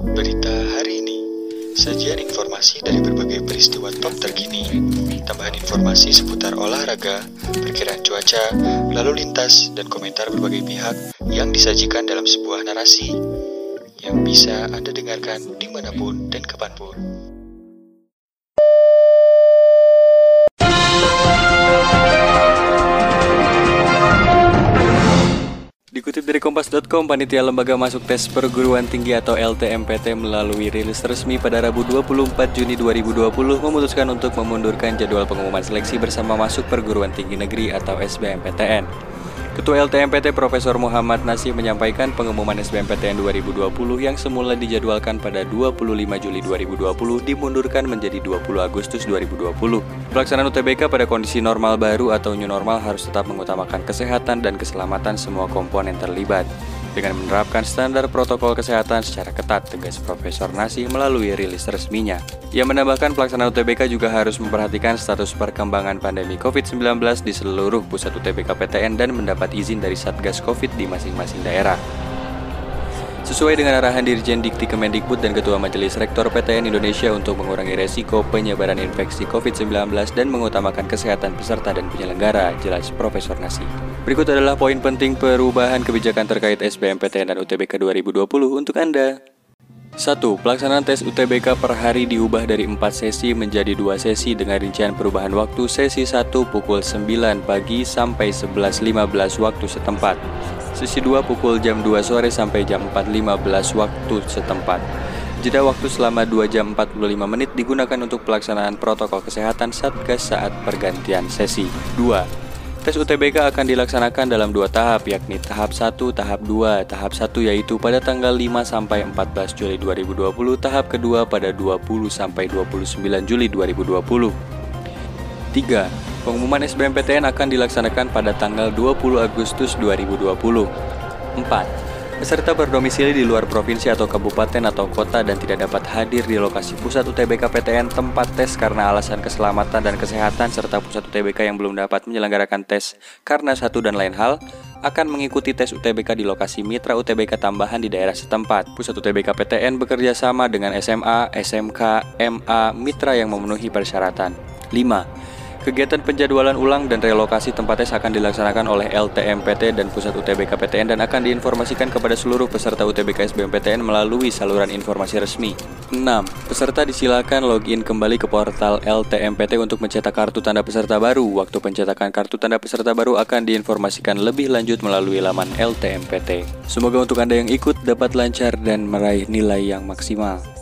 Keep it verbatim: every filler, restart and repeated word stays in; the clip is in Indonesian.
Berita hari ini, sajian informasi dari berbagai peristiwa top terkini, tambahan informasi seputar olahraga, perkiraan cuaca, lalu lintas, dan komentar berbagai pihak yang disajikan dalam sebuah narasi yang bisa Anda dengarkan dimanapun dan kapanpun. Dikutip dari kompas titik com, Panitia Lembaga Masuk Tes Perguruan Tinggi atau L T M P T melalui rilis resmi pada Rabu dua puluh empat Juni dua ribu dua puluh memutuskan untuk memundurkan jadwal pengumuman seleksi bersama masuk perguruan tinggi negeri atau S B M P T N. Ketua L T M P T Profesor Muhammad Nasih menyampaikan pengumuman S B M P T N dua ribu dua puluh yang semula dijadwalkan pada dua puluh lima Juli dua ribu dua puluh dimundurkan menjadi dua puluh Agustus dua ribu dua puluh. Pelaksanaan U T B K pada kondisi normal baru atau new normal harus tetap mengutamakan kesehatan dan keselamatan semua komponen terlibat dengan menerapkan standar protokol kesehatan secara ketat, tegas Profesor Nasih melalui rilis resminya. Ia menambahkan pelaksanaan U T B K juga harus memperhatikan status perkembangan pandemi covid sembilan belas di seluruh pusat U T B K P T N dan mendapat izin dari Satgas Covid di masing-masing daerah. Sesuai dengan arahan Dirjen Dikti Kemendikbud dan Ketua Majelis Rektor P T N Indonesia untuk mengurangi resiko penyebaran infeksi covid sembilan belas dan mengutamakan kesehatan peserta dan penyelenggara, jelas Profesor Nasih. Berikut adalah poin penting perubahan kebijakan terkait S B M P T N dan U T B K dua ribu dua puluh untuk Anda. satu. Pelaksanaan tes U T B K per hari diubah dari empat sesi menjadi dua sesi dengan rincian perubahan waktu sesi satu pukul sembilan pagi sampai sebelas lima belas waktu setempat. Sesi dua pukul jam dua sore sampai jam empat lima belas waktu setempat. Jeda waktu selama dua jam empat puluh lima menit digunakan untuk pelaksanaan protokol kesehatan Satgas saat pergantian sesi. dua. Tes U T B K akan dilaksanakan dalam dua tahap, yakni tahap satu, tahap dua. Tahap satu yaitu pada tanggal lima sampai empat belas Juli dua ribu dua puluh, tahap kedua pada dua puluh sampai dua puluh sembilan Juli dua ribu dua puluh. tiga. Pengumuman S B M P T N akan dilaksanakan pada tanggal dua puluh Agustus dua ribu dua puluh. empat. Peserta berdomisili di luar provinsi atau kabupaten atau kota dan tidak dapat hadir di lokasi pusat U T B K P T N tempat tes karena alasan keselamatan dan kesehatan serta pusat U T B K yang belum dapat menyelenggarakan tes karena satu dan lain hal akan mengikuti tes U T B K di lokasi mitra U T B K tambahan di daerah setempat. Pusat U T B K P T N bekerja sama dengan S M A, S M K, M A, mitra yang memenuhi persyaratan. lima. Kegiatan penjadwalan ulang dan relokasi tempat tes akan dilaksanakan oleh L T M P T dan Pusat U T B K P T N dan akan diinformasikan kepada seluruh peserta U T B K S B M P T N melalui saluran informasi resmi. enam. Peserta disilakan login kembali ke portal L T M P T untuk mencetak kartu tanda peserta baru. Waktu pencetakan kartu tanda peserta baru akan diinformasikan lebih lanjut melalui laman L T M P T. Semoga untuk Anda yang ikut dapat lancar dan meraih nilai yang maksimal.